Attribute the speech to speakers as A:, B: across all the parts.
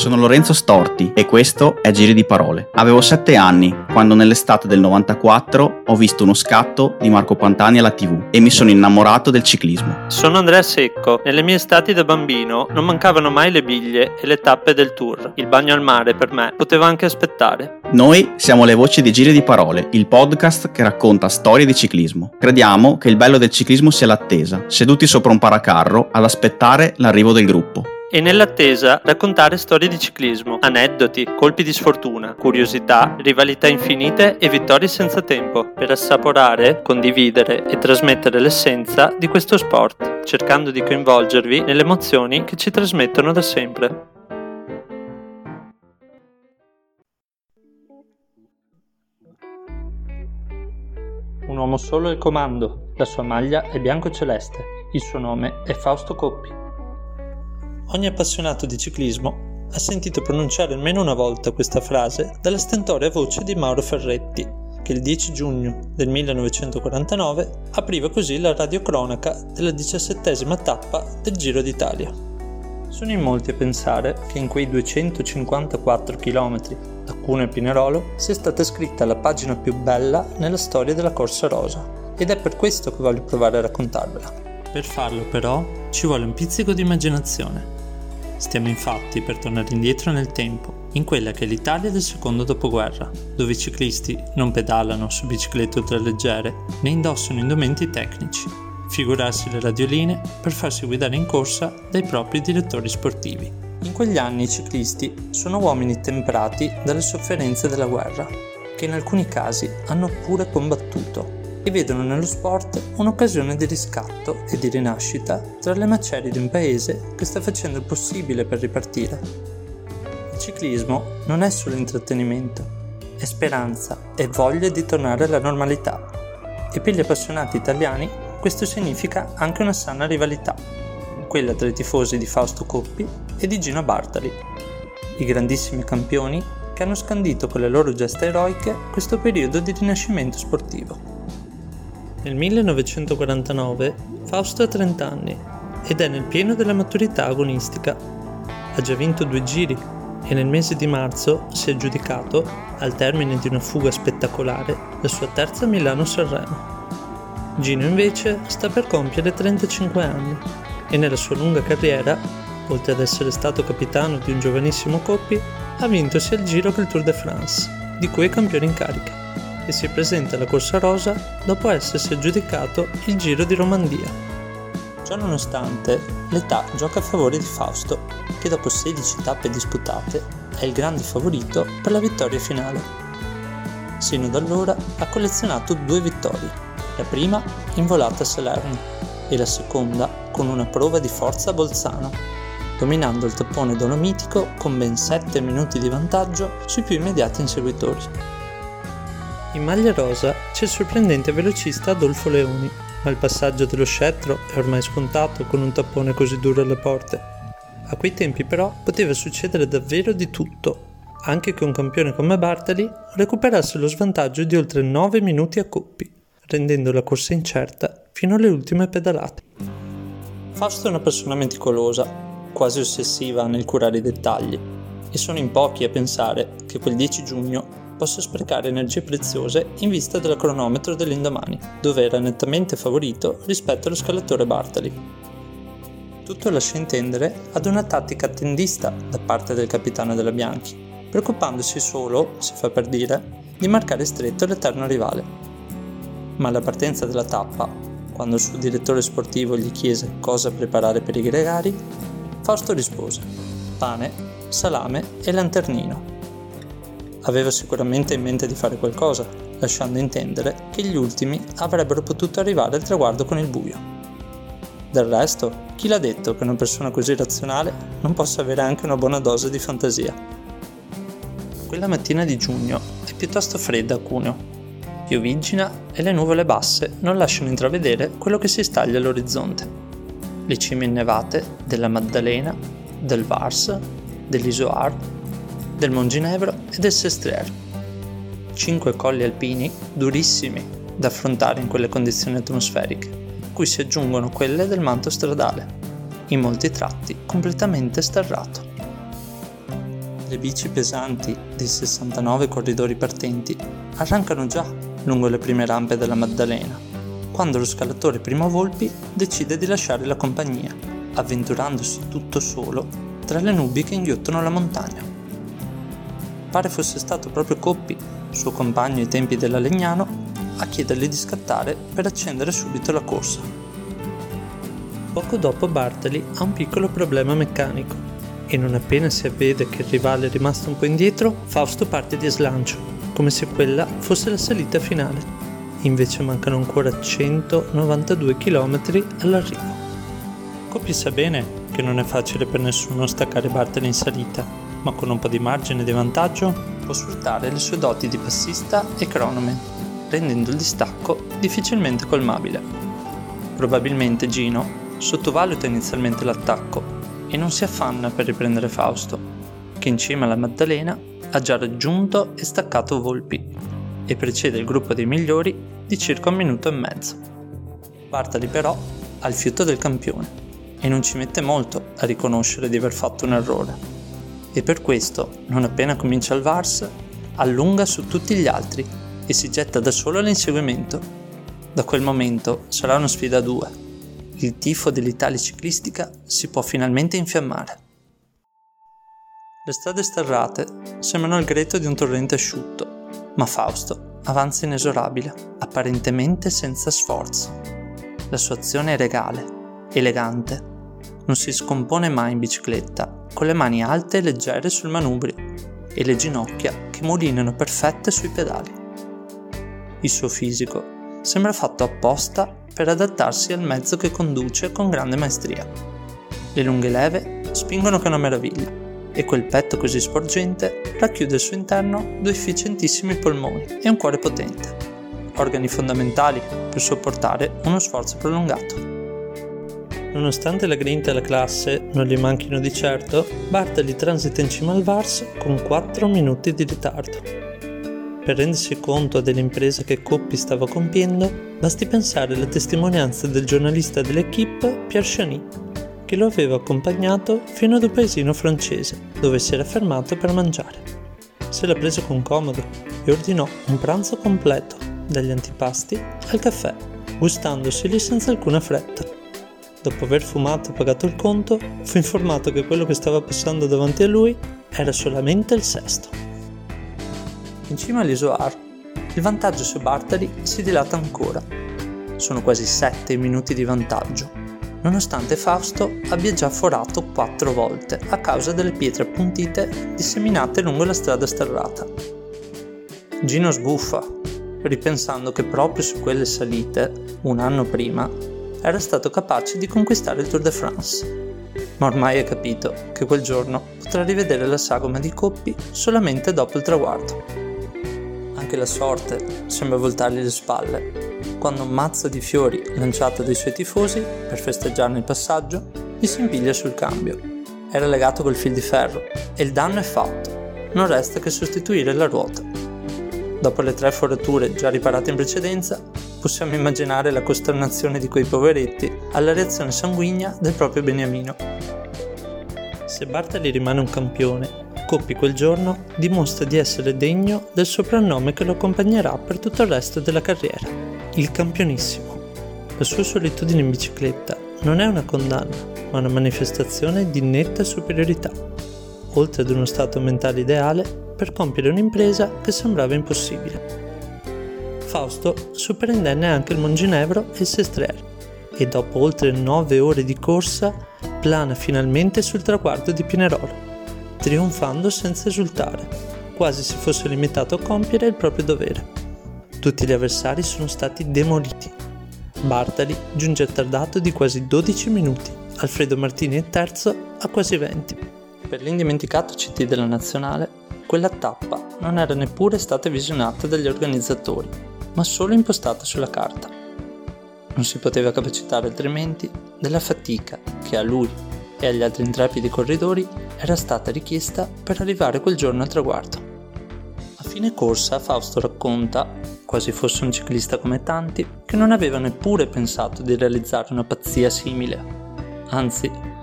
A: Sono Lorenzo Storti e questo è Giri di Parole. Avevo 7 anni quando nell'estate del 94 ho visto uno scatto di Marco Pantani alla TV e mi sono innamorato del ciclismo.
B: Sono Andrea Secco. Nelle mie estati da bambino non mancavano mai le biglie e le tappe del Tour. Il bagno al mare per me poteva anche aspettare.
A: Noi siamo le voci di Giri di Parole, il podcast che racconta storie di ciclismo. Crediamo che il bello del ciclismo sia l'attesa, seduti sopra un paracarro ad aspettare l'arrivo del gruppo.
B: E nell'attesa raccontare storie di ciclismo, aneddoti, colpi di sfortuna, curiosità, rivalità infinite e vittorie senza tempo, per assaporare, condividere e trasmettere l'essenza di questo sport, cercando di coinvolgervi nelle emozioni che ci trasmettono da sempre. Un uomo solo al comando, la sua maglia è bianco-celeste, il suo nome è Fausto Coppi. Ogni appassionato di ciclismo ha sentito pronunciare almeno una volta questa frase dalla stentorea voce di Mauro Ferretti, che il 10 giugno del 1949 apriva così la radiocronaca della 17ª tappa del Giro d'Italia. Sono in molti a pensare che in quei 254 km da Cuneo a Pinerolo sia stata scritta la pagina più bella nella storia della Corsa Rosa, ed è per questo che voglio provare a raccontarvela. Per farlo però ci vuole un pizzico di immaginazione. Stiamo infatti per tornare indietro nel tempo, in quella che è l'Italia del secondo dopoguerra, dove i ciclisti non pedalano su biciclette ultraleggere né indossano indumenti tecnici, figurarsi le radioline per farsi guidare in corsa dai propri direttori sportivi. In quegli anni i ciclisti sono uomini temprati dalle sofferenze della guerra, che in alcuni casi hanno pure combattuto, e vedono nello sport un'occasione di riscatto e di rinascita tra le macerie di un paese che sta facendo il possibile per ripartire. Il ciclismo non è solo intrattenimento, è speranza e voglia di tornare alla normalità. E per gli appassionati italiani questo significa anche una sana rivalità, quella tra i tifosi di Fausto Coppi e di Gino Bartali, i grandissimi campioni che hanno scandito con le loro gesta eroiche questo periodo di rinascimento sportivo. Nel 1949 Fausto ha 30 anni ed è nel pieno della maturità agonistica. Ha già vinto 2 giri e nel mese di marzo si è aggiudicato, al termine di una fuga spettacolare, la sua terza Milano-Sanremo. Gino invece sta per compiere 35 anni e nella sua lunga carriera, oltre ad essere stato capitano di un giovanissimo Coppi, ha vinto sia il Giro che il Tour de France, di cui è campione in carica, e si presenta alla Corsa Rosa dopo essersi aggiudicato il Giro di Romandia. Ciò nonostante, l'età gioca a favore di Fausto, che dopo 16 tappe disputate è il grande favorito per la vittoria finale. Sino da allora ha collezionato 2 vittorie, la prima in volata a Salerno e la seconda con una prova di forza a Bolzano, dominando il tappone dolomitico con ben 7 minuti di vantaggio sui più immediati inseguitori. In maglia rosa c'è il sorprendente velocista Adolfo Leoni, ma il passaggio dello scettro è ormai scontato con un tappone così duro alle porte. A quei tempi però poteva succedere davvero di tutto, anche che un campione come Bartali recuperasse lo svantaggio di oltre 9 minuti a Coppi, rendendo la corsa incerta fino alle ultime pedalate. Fausto è una persona meticolosa, quasi ossessiva nel curare i dettagli, e sono in pochi a pensare che quel 10 giugno possa sprecare energie preziose in vista del cronometro dell'indomani, dove era nettamente favorito rispetto allo scalatore Bartali. Tutto lascia intendere ad una tattica attendista da parte del capitano della Bianchi, preoccupandosi solo, si fa per dire, di marcare stretto l'eterno rivale. Ma alla partenza della tappa, quando il suo direttore sportivo gli chiese cosa preparare per i gregari, Fausto rispose: pane, salame e lanternino. Aveva sicuramente in mente di fare qualcosa, lasciando intendere che gli ultimi avrebbero potuto arrivare al traguardo con il buio. Del resto, chi l'ha detto che una persona così razionale non possa avere anche una buona dose di fantasia? Quella mattina di giugno è piuttosto fredda a Cuneo. Pioviggina e le nuvole basse non lasciano intravedere quello che si staglia all'orizzonte. Le cime innevate della Maddalena, del Vars, dell'Isoard, del Monginevro e del Sestriere. 5 colli alpini durissimi da affrontare in quelle condizioni atmosferiche, cui si aggiungono quelle del manto stradale, in molti tratti completamente sterrato. Le bici pesanti dei 69 corridori partenti arrancano già lungo le prime rampe della Maddalena, quando lo scalatore Primo Volpi decide di lasciare la compagnia, avventurandosi tutto solo tra le nubi che inghiottano la montagna. Pare fosse stato proprio Coppi, suo compagno ai tempi della Legnano, a chiedergli di scattare per accendere subito la corsa. Poco dopo Bartali ha un piccolo problema meccanico e non appena si avvede che il rivale è rimasto un po' indietro, Fausto parte di slancio, come se quella fosse la salita finale. Invece mancano ancora 192 km all'arrivo. Coppi sa bene che non è facile per nessuno staccare Bartali in salita, ma con un po' di margine di vantaggio può sfruttare le sue doti di passista e cronoman, rendendo il distacco difficilmente colmabile. Probabilmente Gino sottovaluta inizialmente l'attacco e non si affanna per riprendere Fausto, che in cima alla Maddalena ha già raggiunto e staccato Volpi e precede il gruppo dei migliori di circa 1 minuto e mezzo. Bartali però ha il fiuto del campione e non ci mette molto a riconoscere di aver fatto un errore, e per questo, non appena comincia il VARS, allunga su tutti gli altri e si getta da solo all'inseguimento. Da quel momento sarà una sfida a 2. Il tifo dell'Italia ciclistica si può finalmente infiammare. Le strade sterrate sembrano il greto di un torrente asciutto, ma Fausto avanza inesorabile, apparentemente senza sforzo. La sua azione è regale, elegante. Non si scompone mai in bicicletta, con le mani alte e leggere sul manubrio e le ginocchia che mulinano perfette sui pedali. Il suo fisico sembra fatto apposta per adattarsi al mezzo che conduce con grande maestria. Le lunghe leve spingono che è una meraviglia e quel petto così sporgente racchiude al suo interno 2 efficientissimi polmoni e un cuore potente, organi fondamentali per sopportare uno sforzo prolungato. Nonostante la grinta e la classe non gli manchino di certo, Bartali transita in cima al VARS con 4 minuti di ritardo. Per rendersi conto dell'impresa che Coppi stava compiendo, basti pensare alla testimonianza del giornalista dell'Equipe Pierre Chany, che lo aveva accompagnato fino ad un paesino francese, dove si era fermato per mangiare. Se l'ha preso con comodo e ordinò un pranzo completo, dagli antipasti al caffè, gustandosi lì senza alcuna fretta. Dopo aver fumato e pagato il conto, fu informato che quello che stava passando davanti a lui era solamente il sesto. In cima all'Isoar, il vantaggio su Bartali si dilata ancora. Sono quasi 7 minuti di vantaggio, nonostante Fausto abbia già forato 4 volte a causa delle pietre appuntite disseminate lungo la strada sterrata. Gino sbuffa, ripensando che proprio su quelle salite, un anno prima, era stato capace di conquistare il Tour de France. Ma ormai ha capito che quel giorno potrà rivedere la sagoma di Coppi solamente dopo il traguardo. Anche la sorte sembra voltargli le spalle, quando un mazzo di fiori lanciato dai suoi tifosi per festeggiarne il passaggio gli si impiglia sul cambio. Era legato col fil di ferro e il danno è fatto, non resta che sostituire la ruota. Dopo le 3 forature già riparate in precedenza, possiamo immaginare la costernazione di quei poveretti alla reazione sanguigna del proprio beniamino. Se Bartali rimane un campione, Coppi quel giorno dimostra di essere degno del soprannome che lo accompagnerà per tutto il resto della carriera, il campionissimo. La sua solitudine in bicicletta non è una condanna, ma una manifestazione di netta superiorità, oltre ad uno stato mentale ideale per compiere un'impresa che sembrava impossibile. Fausto supera indenne anche il Monginevro e il Sestriere e dopo oltre 9 ore di corsa plana finalmente sul traguardo di Pinerolo, trionfando senza esultare, quasi si fosse limitato a compiere il proprio dovere. Tutti gli avversari sono stati demoliti. Bartali giunge attardato di quasi 12 minuti, Alfredo Martini è terzo a quasi 20. Per l'indimenticato CT della Nazionale, quella tappa non era neppure stata visionata dagli organizzatori, ma solo impostata sulla carta. Non si poteva capacitare altrimenti della fatica che a lui e agli altri intrepidi corridori era stata richiesta per arrivare quel giorno al traguardo. A fine corsa Fausto racconta, quasi fosse un ciclista come tanti, che non aveva neppure pensato di realizzare una pazzia simile. Anzi,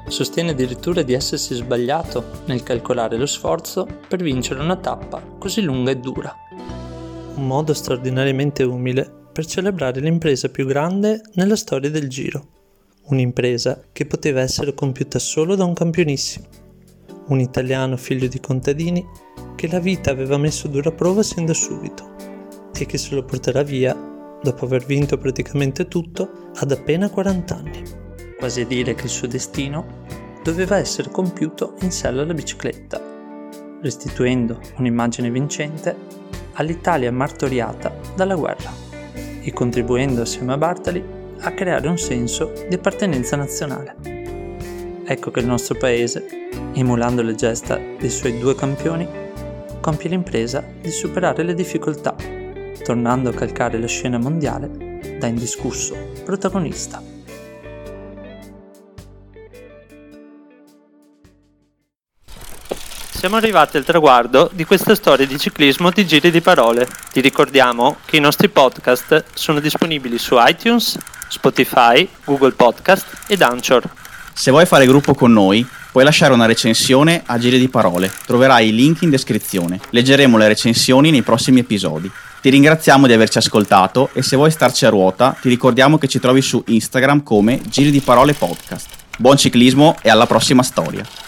B: Sostiene addirittura di essersi sbagliato nel calcolare lo sforzo per vincere una tappa così lunga e dura. Un modo straordinariamente umile per celebrare l'impresa più grande nella storia del Giro. Un'impresa che poteva essere compiuta solo da un campionissimo. Un italiano figlio di contadini che la vita aveva messo a dura prova sin da subito e che se lo porterà via, dopo aver vinto praticamente tutto, ad appena 40 anni. Quasi a dire che il suo destino doveva essere compiuto in sella alla bicicletta, restituendo un'immagine vincente all'Italia martoriata dalla guerra e contribuendo assieme a Bartali a creare un senso di appartenenza nazionale. Ecco che il nostro paese, emulando le gesta dei suoi due campioni, compie l'impresa di superare le difficoltà, tornando a calcare la scena mondiale da indiscusso protagonista. Siamo arrivati al traguardo di questa storia di ciclismo di Giri di Parole. Ti ricordiamo che i nostri podcast sono disponibili su iTunes, Spotify, Google Podcast ed Anchor.
A: Se vuoi fare gruppo con noi, puoi lasciare una recensione a Giri di Parole. Troverai i link in descrizione. Leggeremo le recensioni nei prossimi episodi. Ti ringraziamo di averci ascoltato e se vuoi starci a ruota, ti ricordiamo che ci trovi su Instagram come Giri di Parole Podcast. Buon ciclismo e alla prossima storia!